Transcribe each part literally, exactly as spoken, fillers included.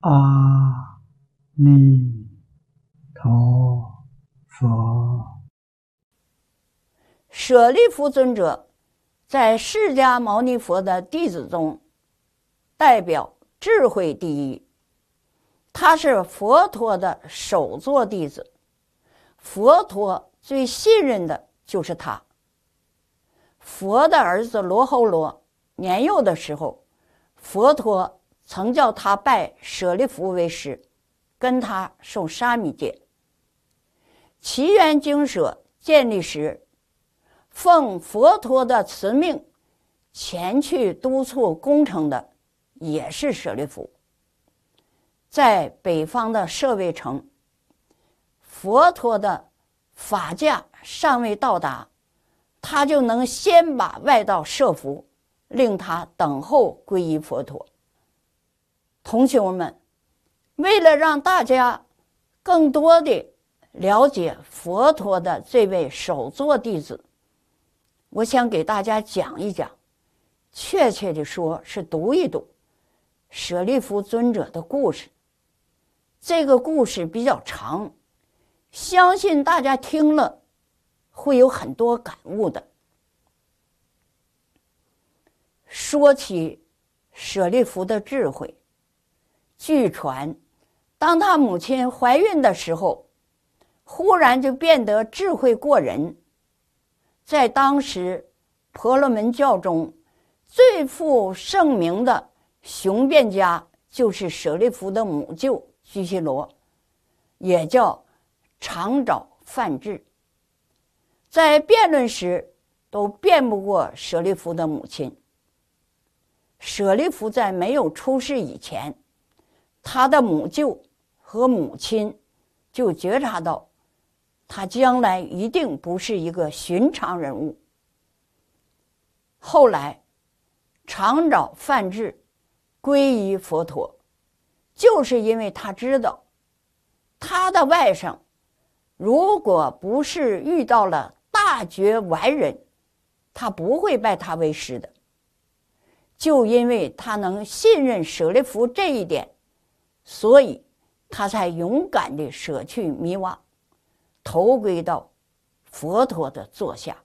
阿弥陀佛。 舍利弗尊者在释迦牟尼佛的弟子中，代表智慧第一。他是佛陀的首座弟子，佛陀最信任的就是他。佛的儿子罗睺罗年幼的时候，佛陀曾叫他拜舍利弗为师，跟他受沙弥戒。祇园精舍建立时，奉佛陀的慈命前去督促工程的也是舍利弗。在北方的舍卫城，佛陀的法驾尚未到达，他就能先把外道设伏，令他等候皈依佛陀。同学们，为了让大家更多的了解佛陀的这位首座弟子，我想给大家讲一讲，确切的说是读一读舍利弗尊者的故事。这个故事比较长，相信大家听了会有很多感悟的。说起舍利弗的智慧，据传当他母亲怀孕的时候，忽然就变得智慧过人。在当时婆罗门教中最负盛名的雄辩家就是舍利弗的母舅居西罗，也叫长爪梵志。在辩论时都辩不过舍利弗的母亲。舍利弗在没有出世以前，他的母舅和母亲就觉察到他将来一定不是一个寻常人物。后来长爪梵志皈依佛陀，就是因为他知道他的外甥如果不是遇到了大觉完人，他不会拜他为师的。就因为他能信任舍利弗这一点，所以他才勇敢地舍去迷惘，投归到佛陀的座下。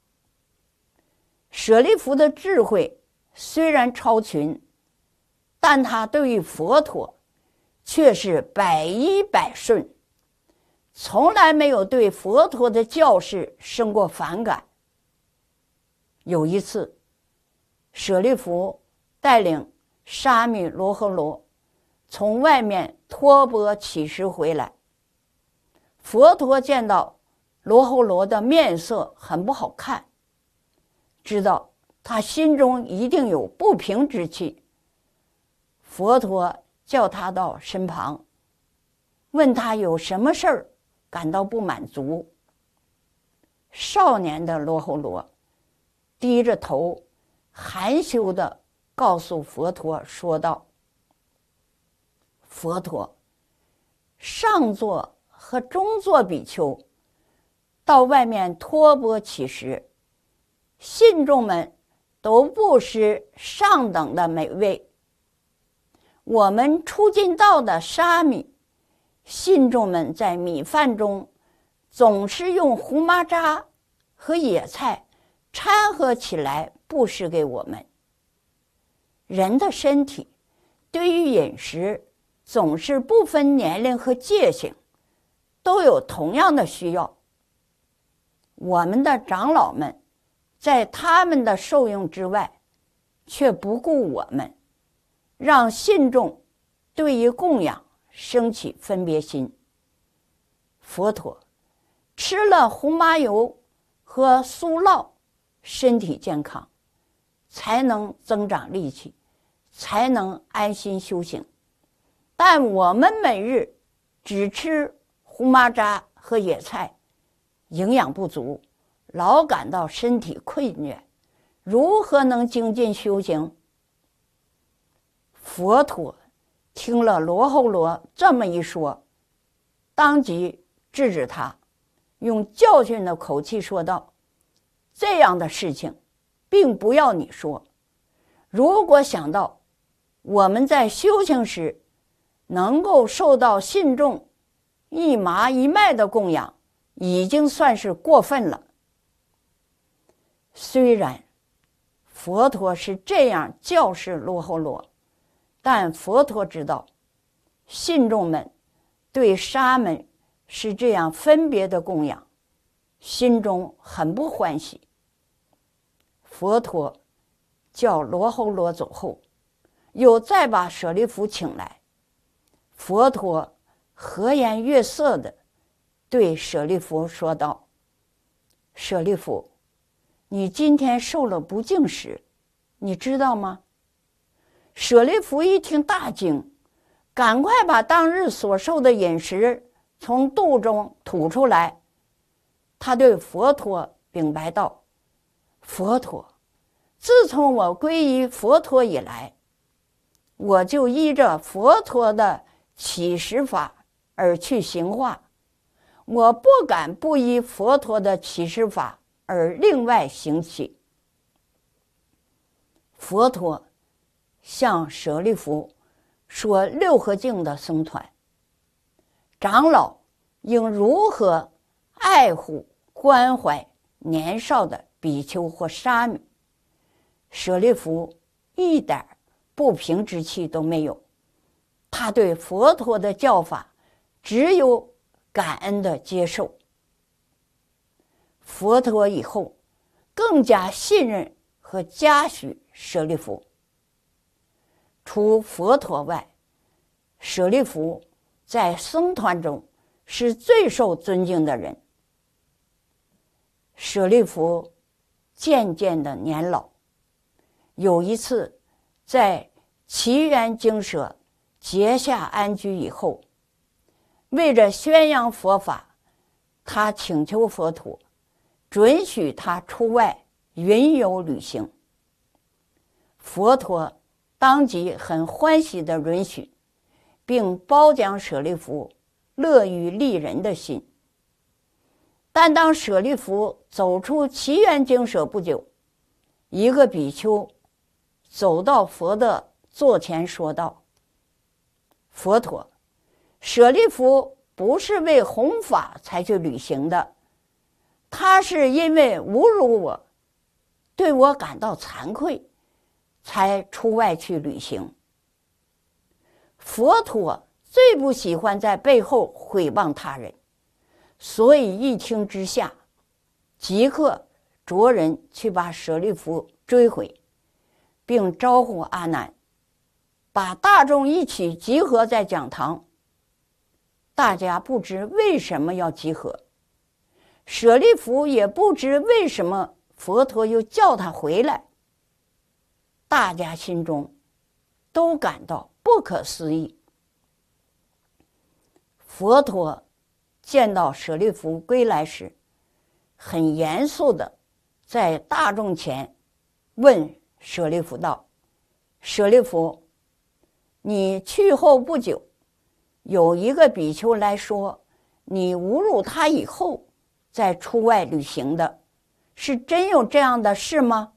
舍利弗的智慧虽然超群，但他对于佛陀却是百依百顺，从来没有对佛陀的教示生过反感。有一次，舍利弗带领沙弥罗睺罗从外面托钵乞食回来，佛陀见到罗睺罗的面色很不好看，知道他心中一定有不平之气。佛陀叫他到身旁，问他有什么事儿感到不满足。少年的罗睺罗低着头含羞地告诉佛陀说道：佛陀，上座和中座比丘到外面托钵乞食，信众们都不失上等的美味。我们初进道的沙弥，信众们在米饭中总是用胡麻渣和野菜掺和起来布施给我们。人的身体对于饮食总是不分年龄和界性，都有同样的需要。我们的长老们在他们的受用之外，却不顾我们，让信众对于供养升起分别心。佛陀吃了胡麻油和酥酪，身体健康，才能增长力气，才能安心修行。但我们每日只吃胡麻渣和野菜，营养不足，老感到身体困倦，如何能精进修行？佛陀听了罗睺罗这么一说，当即制止他，用教训的口气说道：这样的事情并不要你说，如果想到我们在修行时能够受到信众一麻一脉的供养，已经算是过分了。虽然佛陀是这样教示罗睺罗，但佛陀知道信众们对沙门是这样分别的供养，心中很不欢喜。佛陀叫罗睺罗走后，又再把舍利弗请来。佛陀和颜悦色地对舍利弗说道：舍利弗，你今天受了不净食，你知道吗？舍利弗一听大惊，赶快把当日所受的饮食从肚中吐出来。他对佛陀禀白道：佛陀，自从我皈依佛陀以来，我就依着佛陀的起食法而去行化，我不敢不依佛陀的起食法而另外行起。佛陀向舍利弗说六合敬的僧团，长老应如何爱护关怀年少的比丘或沙弥。舍利弗一点不平之气都没有，他对佛陀的教法只有感恩的接受。佛陀以后更加信任和嘉许舍利弗。除佛陀外，舍利弗在僧团中是最受尊敬的人。舍利弗渐渐的年老，有一次在祇园精舍结下安居以后，为着宣扬佛法，他请求佛陀准许他出外云游旅行。佛陀当即很欢喜地允许，并褒奖舍利弗乐于利人的心。但当舍利弗走出祇园精舍不久，一个比丘走到佛的座前说道：佛陀，舍利弗不是为弘法才去旅行的，他是因为侮辱我，对我感到惭愧，才出外去旅行。佛陀最不喜欢在背后毁谤他人，所以一听之下，即刻着人去把舍利弗追回，并招呼阿难，把大众一起集合在讲堂。大家不知为什么要集合，舍利弗也不知为什么佛陀又叫他回来。大家心中都感到不可思议。佛陀见到舍利弗归来时，很严肃地在大众前问舍利弗道：舍利弗，你去后不久，有一个比丘来说你侮辱他以后再出外旅行的，是真有这样的事吗？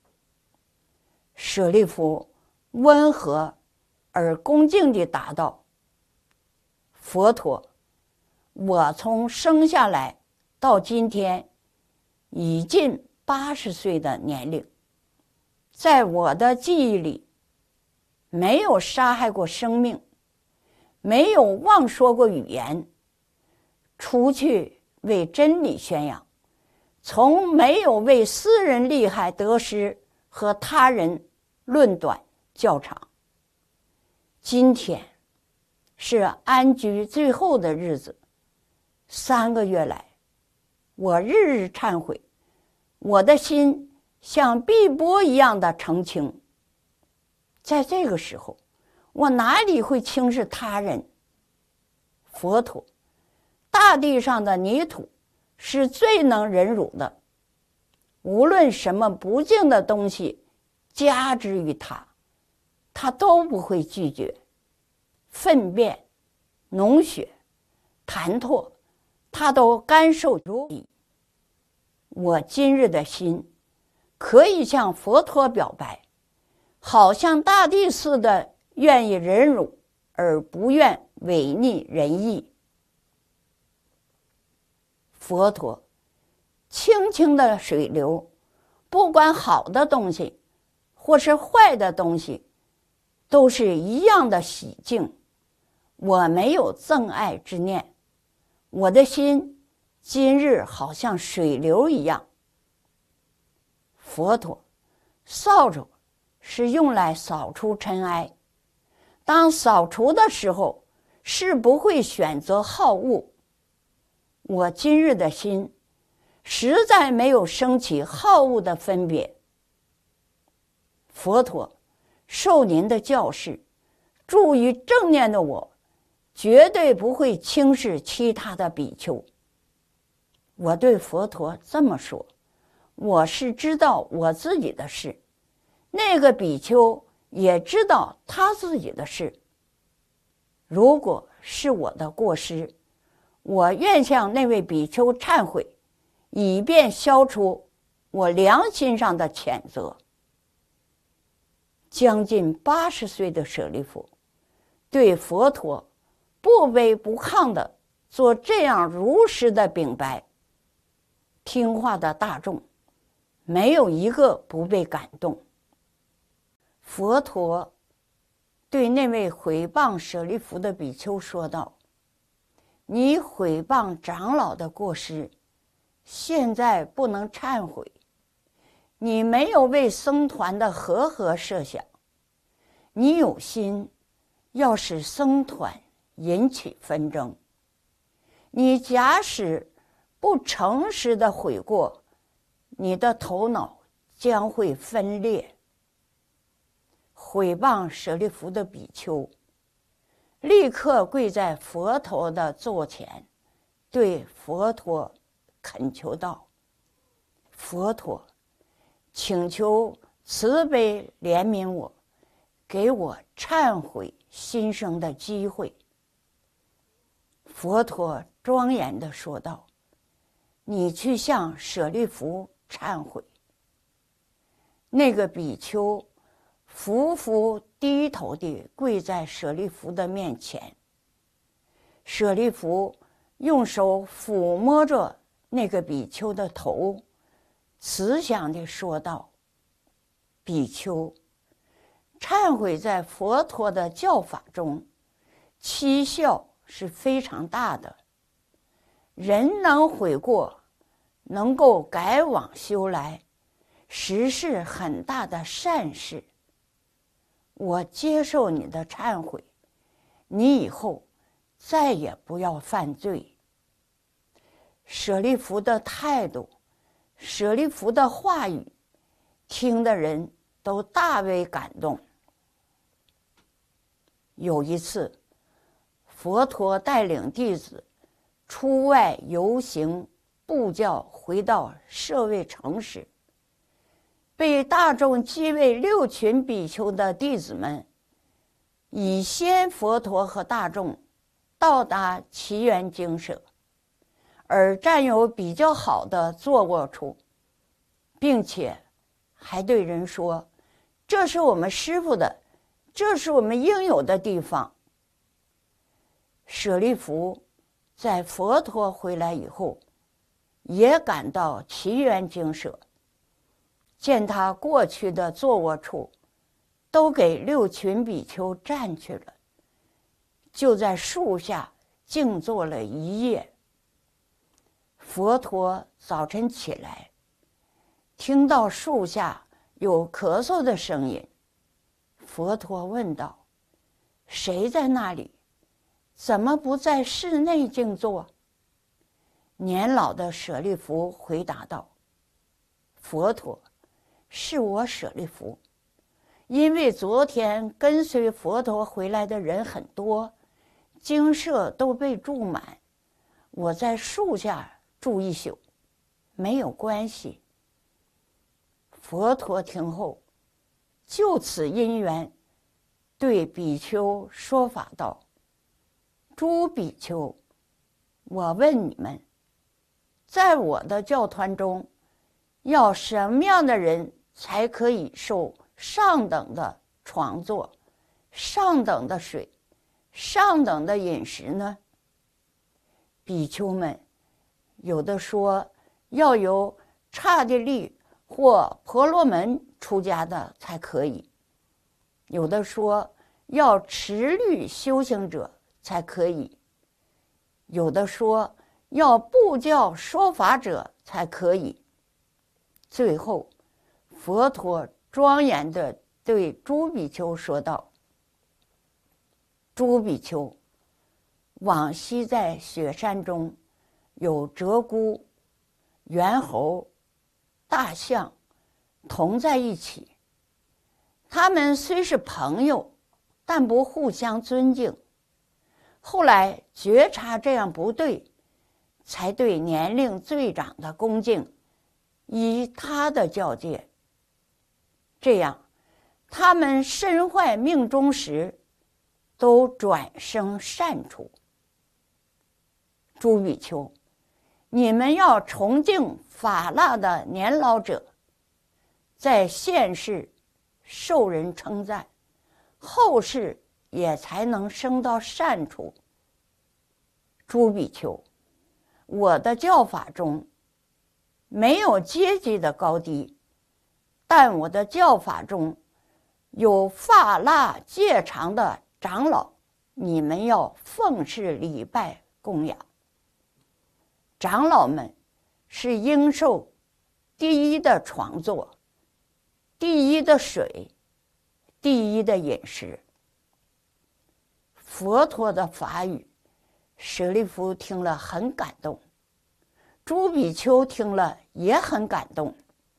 舍利弗温和而恭敬地答道：佛陀，我从生下来到今天已近八十岁的年龄，在我的记忆里没有杀害过生命，没有妄说过语言，除去为真理宣扬，从没有为私人利害得失和他人论短较长。今天是安居最后的日子，三个月来，我日日忏悔，我的心像碧波一样的澄清。在这个时候，我哪里会轻视他人？佛陀，大地上的泥土是最能忍辱的，无论什么不净的东西加之于他，他都不会拒绝。粪便、脓血、痰唾，他都甘受如饴。我今日的心可以向佛陀表白，好像大地似的愿意忍辱而不愿违逆人意。佛陀，清清的水流，不管好的东西或是坏的东西，都是一样的洗净。我没有憎爱之念，我的心今日好像水流一样。佛陀，扫帚是用来扫除尘埃，当扫除的时候是不会选择好恶。我今日的心实在没有升起好恶的分别。佛陀，受您的教示，住于正念的我绝对不会轻视其他的比丘。我对佛陀这么说，我是知道我自己的事，那个比丘也知道他自己的事。如果是我的过失，我愿向那位比丘忏悔，以便消除我良心上的谴责。将近八十岁的舍利弗对佛陀不卑不亢地做这样如实的禀白，听话的大众没有一个不被感动。佛陀对那位毁谤舍利弗的比丘说道：你毁谤长老的过失，现在不能忏悔。你没有为僧团的和合设想，你有心要使僧团引起纷争。你假使不诚实的悔过，你的头脑将会分裂。毁谤舍利弗的比丘立刻跪在佛陀的座前，对佛陀恳求道：佛陀，请求慈悲怜悯我，给我忏悔心生的机会。佛陀庄严地说道：你去向舍利弗忏悔。那个比丘匍匐低头地跪在舍利弗的面前，舍利弗用手抚摸着那个比丘的头，慈祥地说道：比丘，忏悔在佛陀的教法中期效是非常大的，人能悔过，能够改往修来，实是很大的善事。我接受你的忏悔，你以后再也不要犯罪。舍利弗的态度，舍利弗的话语，听的人都大为感动。有一次，佛陀带领弟子出外游行布教，回到舍卫城时，被大众击为六群比丘的弟子们已先佛陀和大众到达祇园精舍，而占有比较好的坐卧处，并且还对人说：这是我们师父的，这是我们应有的地方。舍利弗在佛陀回来以后，也赶到祇园精舍，见他过去的坐卧处都给六群比丘占去了，就在树下静坐了一夜。佛陀早晨起来，听到树下有咳嗽的声音，佛陀问道：谁在那里？怎么不在室内静坐？年老的舍利弗回答道：佛陀，是我舍利弗，因为昨天跟随佛陀回来的人很多，精舍都被住满，我在树下住一宿，没有关系。佛陀听后，就此因缘，对比丘说法道：诸比丘，我问你们，在我的教团中，要什么样的人才可以受上等的床座、上等的水、 上等的饮食呢？比丘们有的说要由刹帝利或婆罗门出家的才可以，有的说要持律修行者才可以，有的说要布教说法者才可以。最后，佛陀庄严地对诸比丘说道：“诸比丘，往昔在雪山中有鹧鸪、猿猴、大象同在一起，他们虽是朋友，但不互相尊敬。后来觉察这样不对，才对年龄最长的恭敬，依他的教戒。这样，他们身坏命终时，都转生善处。诸比丘，你们要崇敬法腊的年老者，在现世受人称赞，后世也才能升到善处。诸比丘，我的教法中没有阶级的高低，但我的教法中有发蜡戒长的长老，你们要奉事礼拜供养。长老们是应受第一的床座，第一的水，第一的饮食。佛陀的法语，舍利弗听了很感动，诸比丘听了也很感动。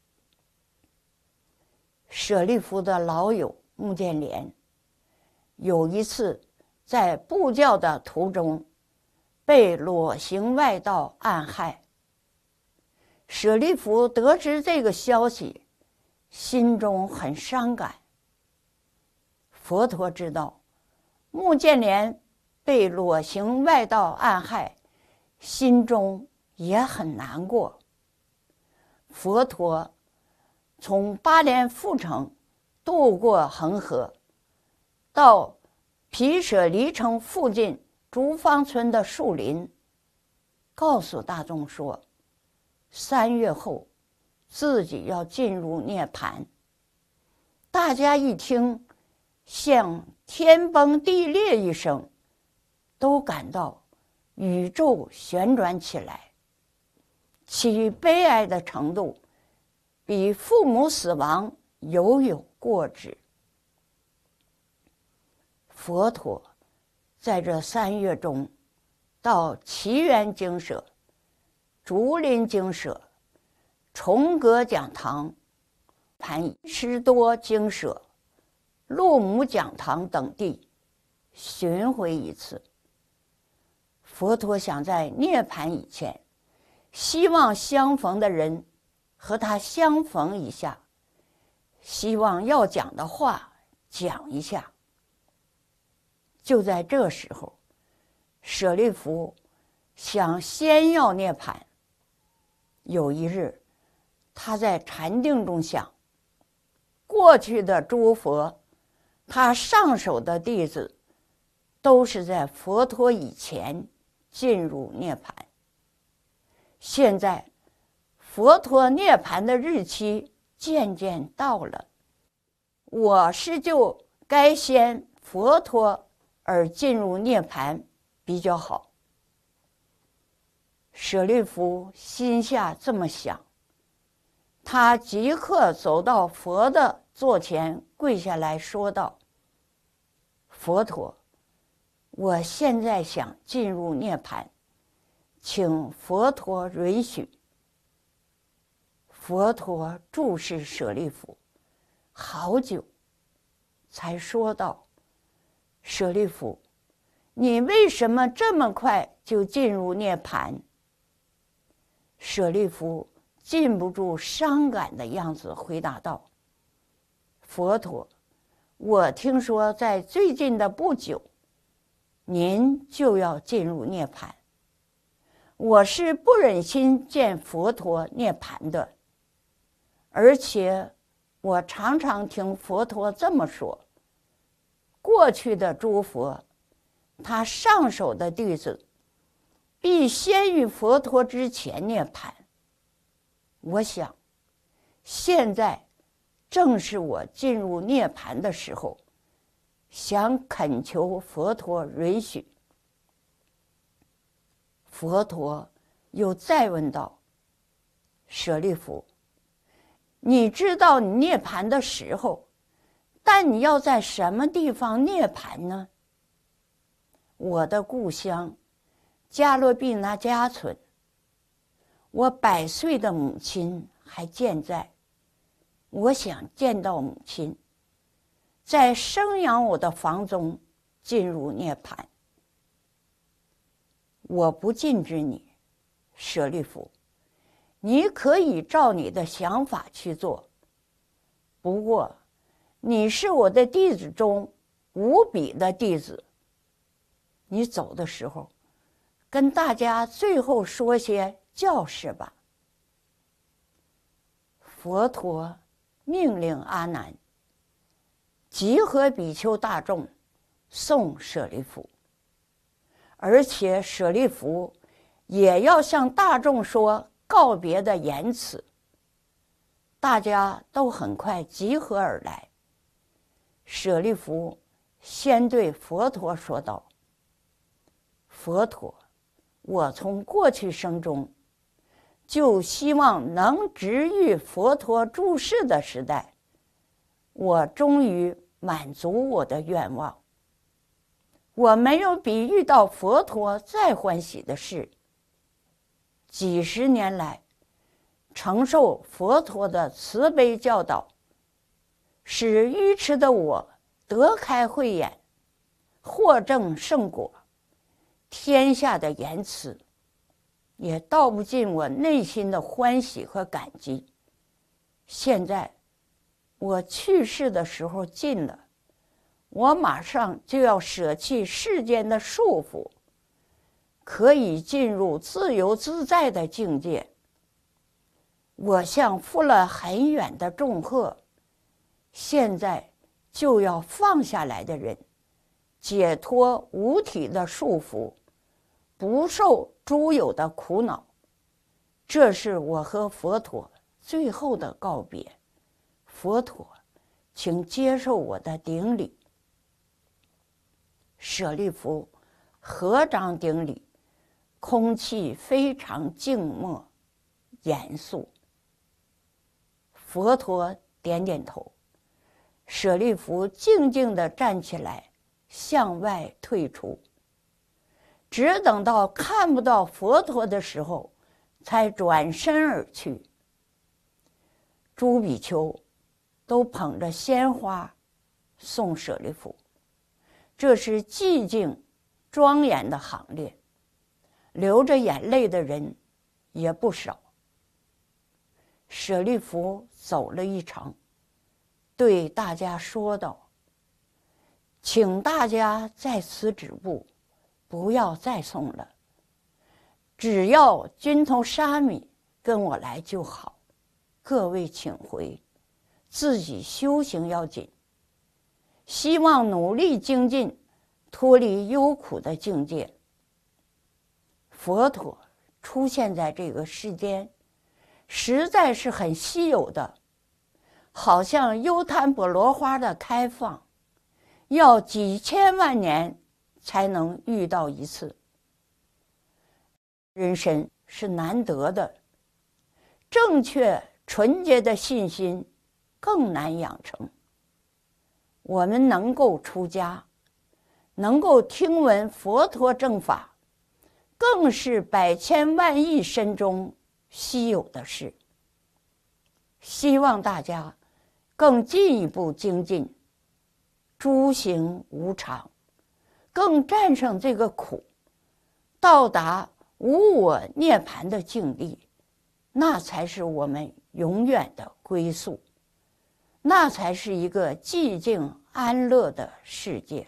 舍利弗的老友目犍连有一次在布教的途中被裸行外道暗害，舍利弗得知这个消息，心中很伤感。佛陀知道目犍连被裸行外道暗害，心中也很难过。佛陀从巴连富城渡过恒河，到毗舍离城附近竹坊村的树林，告诉大众说，三月后自己要进入涅槃。大家一听，像天崩地裂一声，都感到宇宙旋转起来，其悲哀的程度比父母死亡犹有过之。佛陀在这三月中，到祇园精舍、竹林精舍、重阁讲堂、盘湿多精舍、鹿母讲堂等地巡回一次。佛陀想在涅槃以前，希望相逢的人和他相逢一下，希望要讲的话讲一下。就在这时候，舍利弗想先要涅槃。有一日，他在禅定中想，过去的诸佛，他上首的弟子都是在佛陀以前进入涅槃。现在佛陀涅槃的日期渐渐到了，我是就该先佛陀而进入涅槃比较好。舍利弗心下这么想，他即刻走到佛的座前，跪下来说道：“佛陀，我现在想进入涅槃，请佛陀允许。”佛陀注视舍利弗好久，才说道：“舍利弗，你为什么这么快就进入涅槃？”舍利弗禁不住伤感的样子回答道：“佛陀，我听说在最近的不久，您就要进入涅槃，我是不忍心见佛陀涅槃的，而且我常常听佛陀这么说，过去的诸佛他上手的弟子必先于佛陀之前涅槃。我想，现在正是我进入涅槃的时候，想恳求佛陀允许。佛陀又再问道：舍利弗，你知道你涅槃的时候，但你要在什么地方涅槃呢？我的故乡迦罗毗那迦村，我百岁的母亲还健在，我想见到母亲，在生养我的房中进入涅槃。我不禁止你，舍利弗，你可以照你的想法去做，不过你是我的弟子中无比的弟子，你走的时候跟大家最后说些教示吧。佛陀命令阿难集合比丘大众送舍利弗，而且舍利弗也要向大众说告别的言辞。大家都很快集合而来。舍利弗先对佛陀说道：佛陀，我从过去生中就希望能值遇佛陀住世的时代，我终于满足我的愿望。我没有比遇到佛陀再欢喜的事。几十年来，承受佛陀的慈悲教导，使愚痴的我得开慧眼，获证圣果。天下的言辞也道不尽我内心的欢喜和感激。现在我去世的时候近了，我马上就要舍弃世间的束缚，可以进入自由自在的境界。我像负了很远的重荷，现在就要放下来的人，解脱无体的束缚，不受诸有的苦恼。这是我和佛陀最后的告别。佛陀，请接受我的顶礼。舍利弗合掌顶礼，空气非常静默严肃。佛陀点点头，舍利弗静静地站起来，向外退出。只等到看不到佛陀的时候，才转身而去。诸比丘都捧着鲜花送舍利弗，这是寂静庄严的行列，流着眼泪的人也不少。舍利弗走了一程，对大家说道：请大家在此止步，不要再送了，只要君头沙弥跟我来就好，各位请回，自己修行要紧，希望努力精进，脱离忧苦的境界。佛陀出现在这个世间，实在是很稀有的，好像优昙婆罗花的开放，要几千万年才能遇到一次。人身是难得的，正确纯洁的信心更难养成。我们能够出家，能够听闻佛陀正法，更是百千万亿身中稀有的事。希望大家更进一步精进，诸行无常，更战胜这个苦，到达无我涅槃的境地，那才是我们永远的归宿，那才是一个寂静安乐的世界。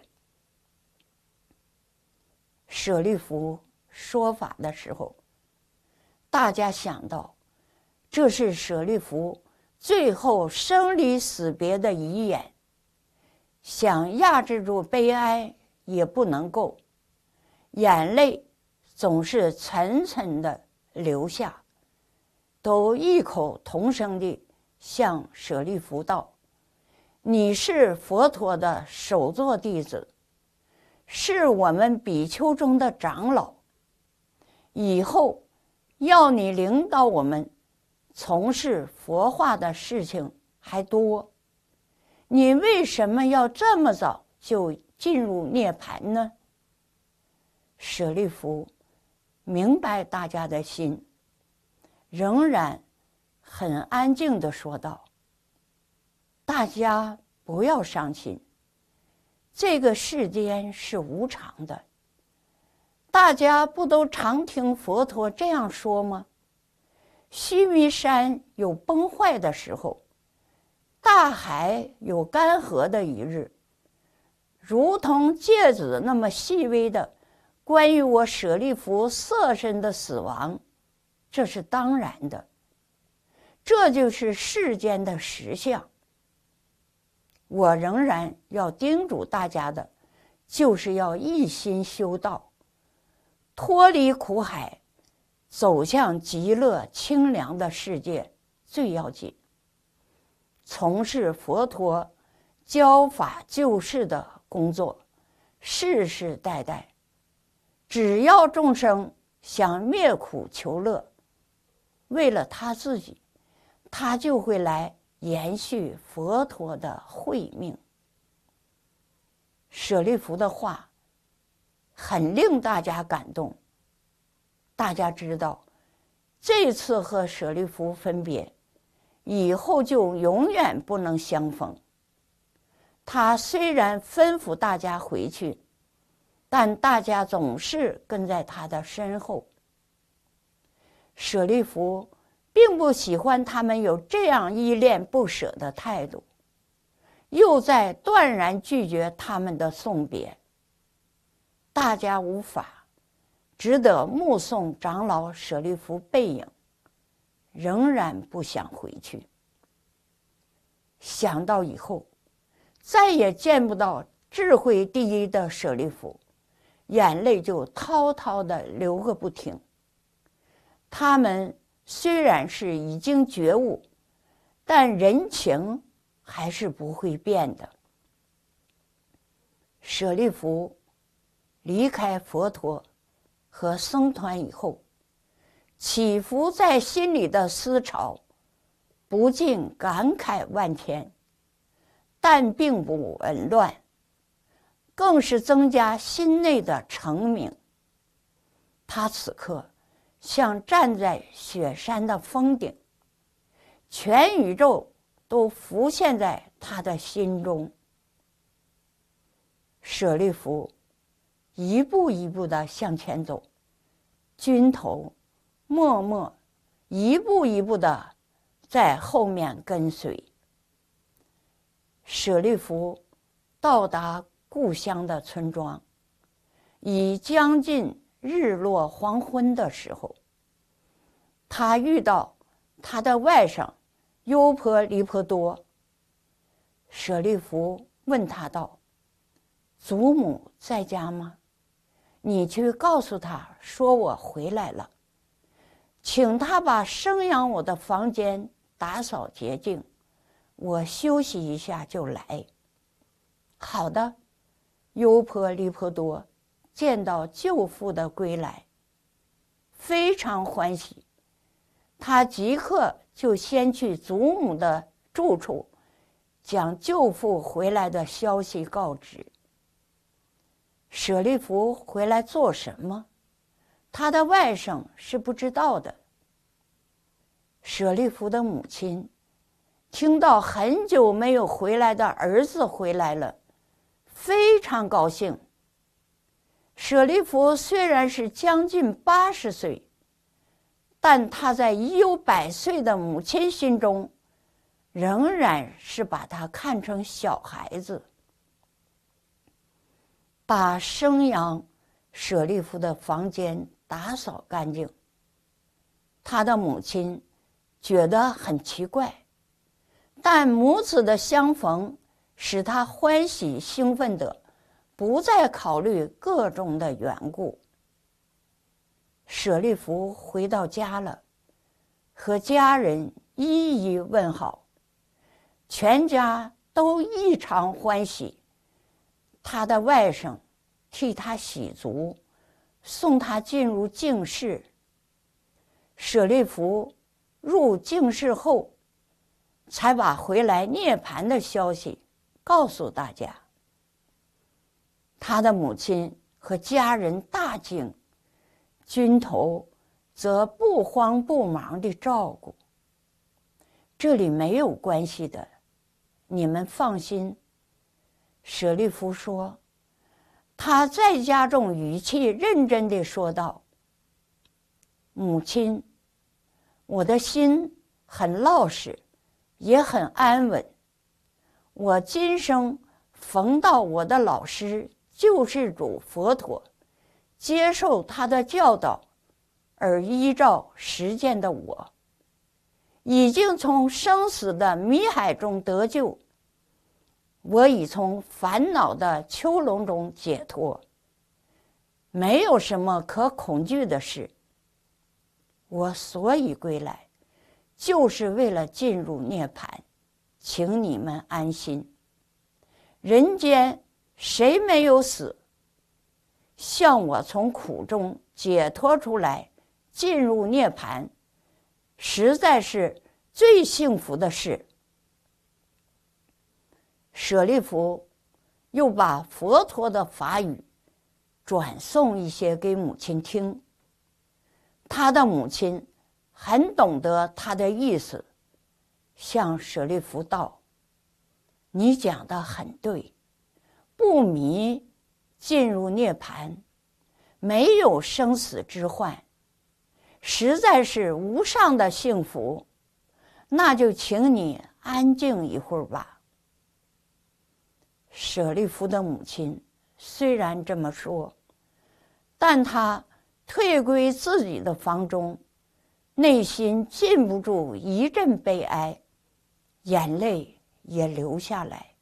舍利弗说法的时候，大家想到这是舍利弗最后生离死别的遗言，想压制住悲哀也不能够， 眼泪总是层层的流下，都异口同声地向舍利弗道：“你是佛陀的首座弟子，是我们比丘中的长老，以后要你领导我们从事佛化的事情还多，你为什么要这么早就进入涅槃呢？”舍利弗明白大家的心，仍然很安静地说道：“大家不要伤心，这个世间是无常的。大家不都常听佛陀这样说吗？须弥山有崩坏的时候，大海有干涸的一日，如同芥子那么细微的关于我舍利弗色身的死亡，这是当然的，这就是世间的实相。我仍然要叮嘱大家的，就是要一心修道，脱离苦海，走向极乐清凉的世界最要紧。从事佛陀教法救世的工作，世世代代，只要众生想灭苦求乐，为了他自己，他就会来延续佛陀的慧命。舍利弗的话很令大家感动。大家知道，这次和舍利弗分别，以后就永远不能相逢。他虽然吩咐大家回去，但大家总是跟在他的身后。舍利弗并不喜欢他们有这样依恋不舍的态度，又在断然拒绝他们的送别。大家无法，只得目送长老舍利弗背影，仍然不想回去。想到以后再也见不到智慧第一的舍利弗，眼泪就滔滔地流个不停。他们虽然是已经觉悟，但人情还是不会变的。舍利弗离开佛陀和僧团以后，起伏在心里的思潮不禁感慨万千，但并不紊乱，更是增加心内的澄明。他此刻像站在雪山的峰顶，全宇宙都浮现在他的心中。舍利弗一步一步地向前走，军头默默一步一步地在后面跟随。舍利弗到达故乡的村庄，已将近日落黄昏的时候，他遇到他的外甥优婆离婆多。舍利弗问他道：“祖母在家吗？你去告诉他说我回来了，请他把生养我的房间打扫洁净，我休息一下就来。”好的。优婆离婆多见到舅父的归来，非常欢喜，他即刻就先去祖母的住处，将舅父回来的消息告知。舍利弗回来做什么？他的外甥是不知道的。舍利弗的母亲听到很久没有回来的儿子回来了，非常高兴。舍利弗虽然是将近八十岁，但他在已有百岁的母亲心中，仍然是把他看成小孩子。把生养舍利弗的房间打扫干净，他的母亲觉得很奇怪，但母子的相逢使他欢喜兴奋地不再考虑各种的缘故。舍利弗回到家了，和家人一一问好，全家都异常欢喜。他的外甥替他洗足，送他进入净室。舍利弗入净室后，才把回来涅槃的消息告诉大家。他的母亲和家人大惊，军头则不慌不忙地照顾。这里没有关系的，你们放心。舍利弗说，他在家中语气认真地说道：母亲，我的心很老实，也很安稳。我今生逢到我的老师救世主佛陀，接受他的教导而依照实践的我，已经从生死的迷海中得救。我已从烦恼的囚笼中解脱，没有什么可恐惧的事。我所以归来，就是为了进入涅槃，请你们安心。人间谁没有死？像我从苦中解脱出来，进入涅槃，实在是最幸福的事。舍利弗又把佛陀的法语转送一些给母亲听，他的母亲很懂得他的意思，向舍利弗道：你讲得很对，不迷进入涅槃，没有生死之患，实在是无上的幸福。那就请你安静一会儿吧。舍利弗的母亲虽然这么说，但她退归自己的房中，内心禁不住一阵悲哀，眼泪也流下来。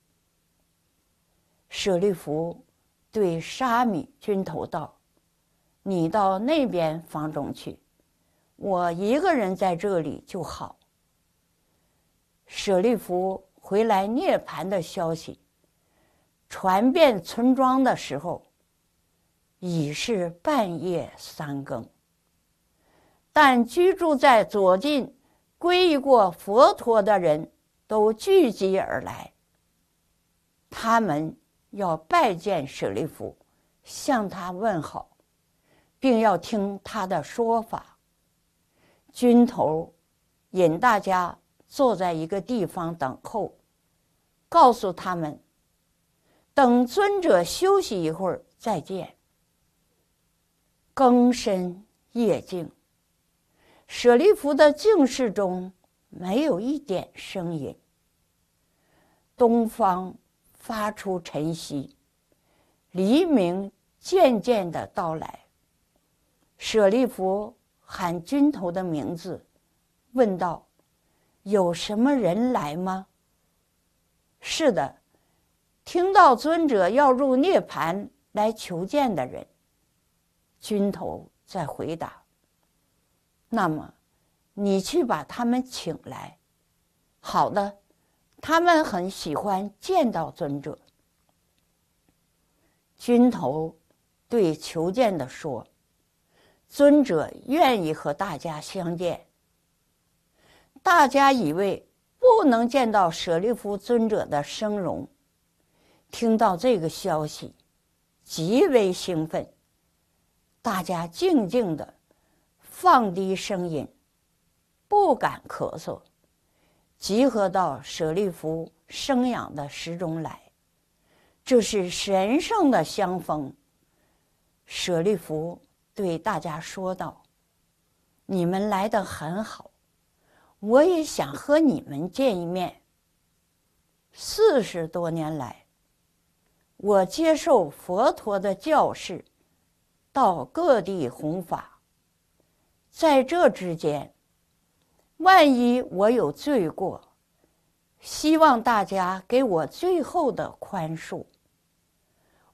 舍利弗对沙弥军头道：你到那边房中去，我一个人在这里就好。舍利弗回来涅槃的消息传遍村庄的时候，已是半夜三更。但居住在左近皈依过佛陀的人都聚集而来，他们要拜见舍利弗，向他问好，并要听他的说法。军头引大家坐在一个地方等候，告诉他们等尊者休息一会儿再见。更深夜静，舍利弗的静室中没有一点声音。东方发出晨曦，黎明渐渐的到来。舍利弗喊军头的名字，问道：有什么人来吗？是的，听到尊者要入涅槃来求见的人。军头在回答：那么你去把他们请来。好的，他们很喜欢见到尊者。军头对求见的说：尊者愿意和大家相见。大家以为不能见到舍利弗尊者的生容，听到这个消息极为兴奋，大家静静地放低声音，不敢咳嗽，集合到舍利弗生养的室中来。这是神圣的相逢。舍利弗对大家说道：你们来得很好，我也想和你们见一面。四十多年来，我接受佛陀的教示，到各地弘法。在这之间，万一我有罪过，希望大家给我最后的宽恕。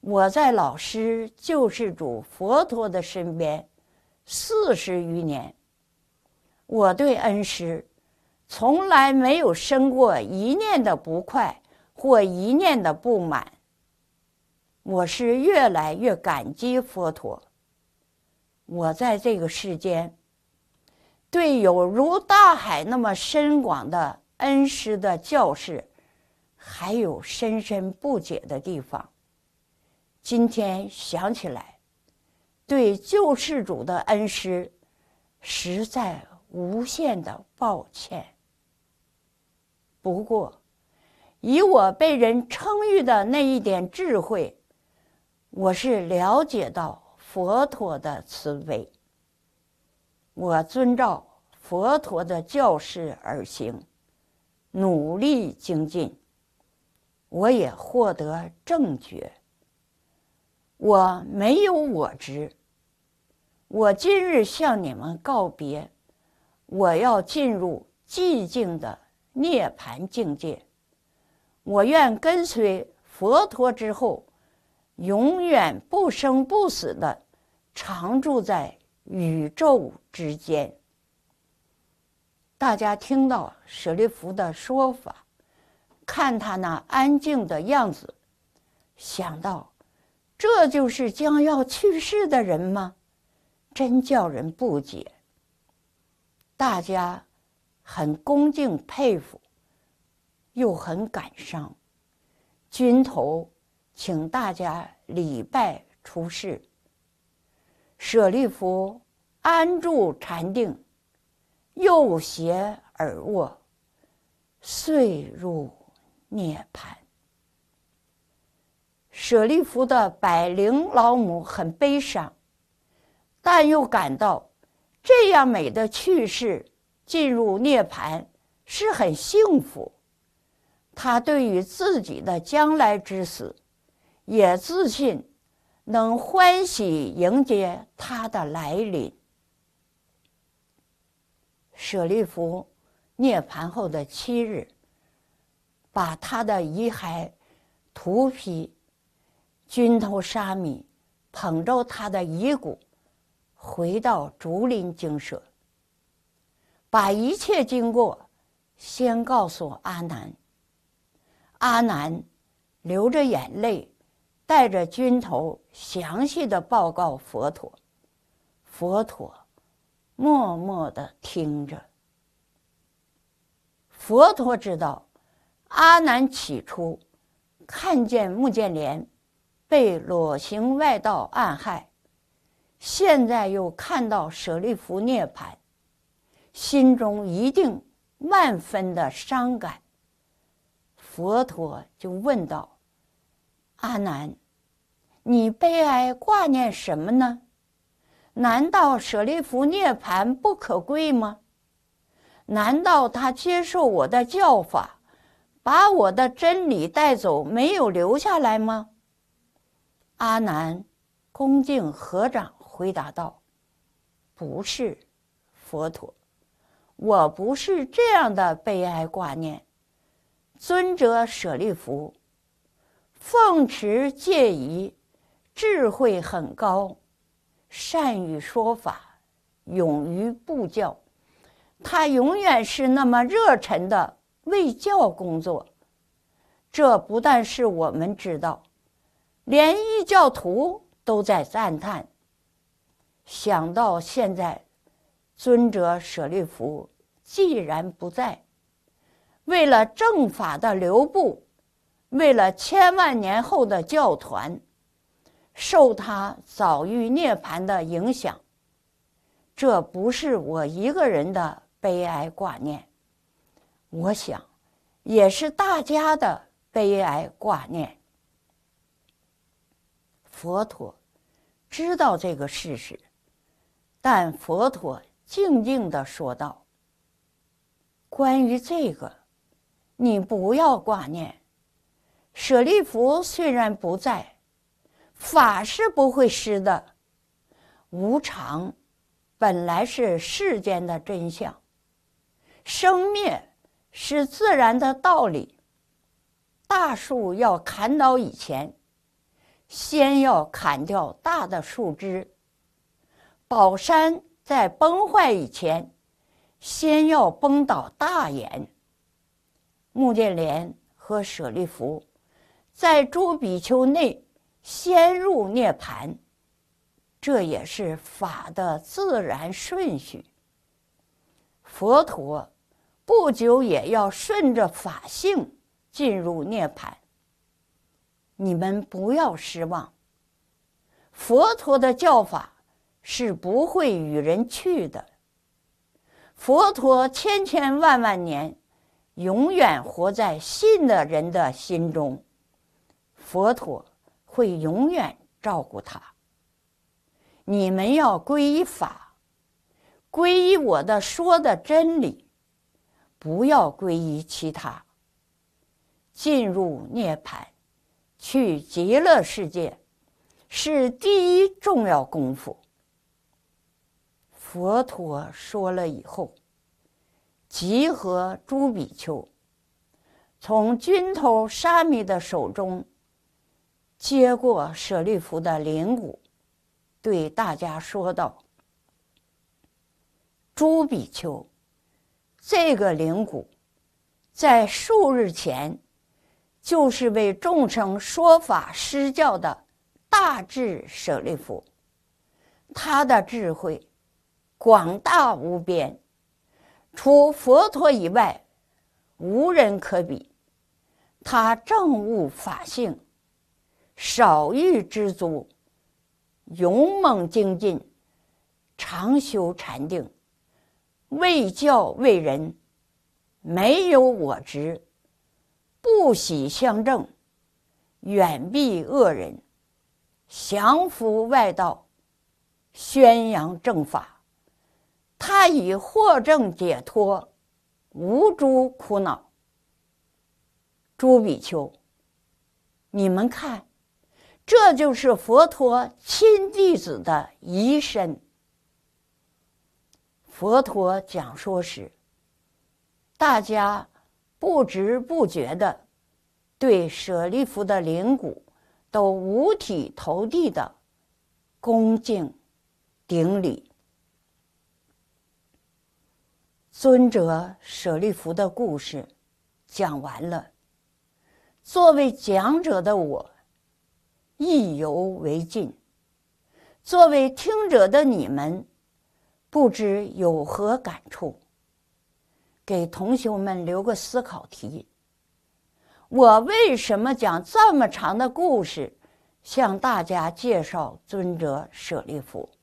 我在老师救世主佛陀的身边四十余年，我对恩师从来没有生过一念的不快或一念的不满。我是越来越感激佛陀。我在这个世间，对有如大海那么深广的恩师的教示，还有深深不解的地方。今天想起来，对救世主的恩师实在无限的抱歉。不过，以我被人称誉的那一点智慧，我是了解到佛陀的慈悲。我遵照佛陀的教示而行，努力精进，我也获得正觉。我没有我执。我今日向你们告别，我要进入寂静的涅槃境界。我愿跟随佛陀之后，永远不生不死的常住在宇宙之间。大家听到舍利弗的说法，看他那安静的样子，想到这就是将要去世的人吗？真叫人不解。大家很恭敬佩服，又很感伤。军头请大家礼拜出世。舍利弗安住禅定，右胁而卧，遂入涅槃。舍利弗的百灵老母很悲伤，但又感到这样美的去世，进入涅槃是很幸福。他对于自己的将来之死，也自信能欢喜迎接他的来临。舍利弗涅槃后的七日，把他的遗骸荼毗、军头沙弥捧着他的遗骨，回到竹林精舍，把一切经过先告诉阿难。阿难流着眼泪，带着军头详细的报告佛陀。佛陀默默地听着。佛陀知道，阿难起初看见目犍连被裸行外道暗害，现在又看到舍利弗涅槃，心中一定万分的伤感。佛陀就问道：阿难，你悲哀挂念什么呢？难道舍利弗涅槃不可贵吗？难道他接受我的教法，把我的真理带走，没有留下来吗？阿难恭敬合掌回答道：不是，佛陀，我不是这样的悲哀挂念。尊者舍利弗，奉持戒仪，智慧很高，善于说法，勇于布教。他永远是那么热忱的为教工作。这不但是我们知道，连异教徒都在赞叹。想到现在尊者舍利弗既然不在，为了正法的流布，为了千万年后的教团，受他早遇涅槃的影响，这不是我一个人的悲哀挂念，我想也是大家的悲哀挂念。佛陀知道这个事实，但佛陀静静地说道：关于这个，你不要挂念。舍利弗虽然不在，法是不会失的。无常本来是世间的真相，生灭是自然的道理。大树要砍倒以前， 先要砍掉大的树枝。宝山在崩坏以前，先要崩倒大岩。目犍连和舍利弗在诸比丘内先入涅盘，这也是法的自然顺序。佛陀不久也要顺着法性进入涅盘。你们不要失望，佛陀的教法是不会与人去的。佛陀千千万万年永远活在信的人的心中，佛陀会永远照顾他。你们要皈依法，皈依我的说的真理，不要皈依其他。进入涅槃，去极乐世界，是第一重要功夫。佛陀说了以后，集合诸比丘，从军头沙弥的手中接过舍利弗的铃鼓，对大家说道：诸比丘，这个铃鼓在数日前就是为众生说法施教的大智舍利弗，他的智慧广大无边，除佛陀以外无人可比。他证悟法性，少欲知足，勇猛精进，常修禅定，为教为人，没有我执，不喜相争，远避恶人，降服外道，宣扬正法。他以获证解脱，无诸苦恼。诸比丘，你们看，这就是佛陀亲弟子的仪身。佛陀讲说时，大家不知不觉地对舍利弗的铃鼓都五体投地的恭敬顶礼。尊者舍利弗的故事讲完了，作为讲者的我意犹未尽，作为听者的你们不知有何感触？给同学们留个思考题：我为什么讲这么长的故事，向大家介绍尊者舍利弗？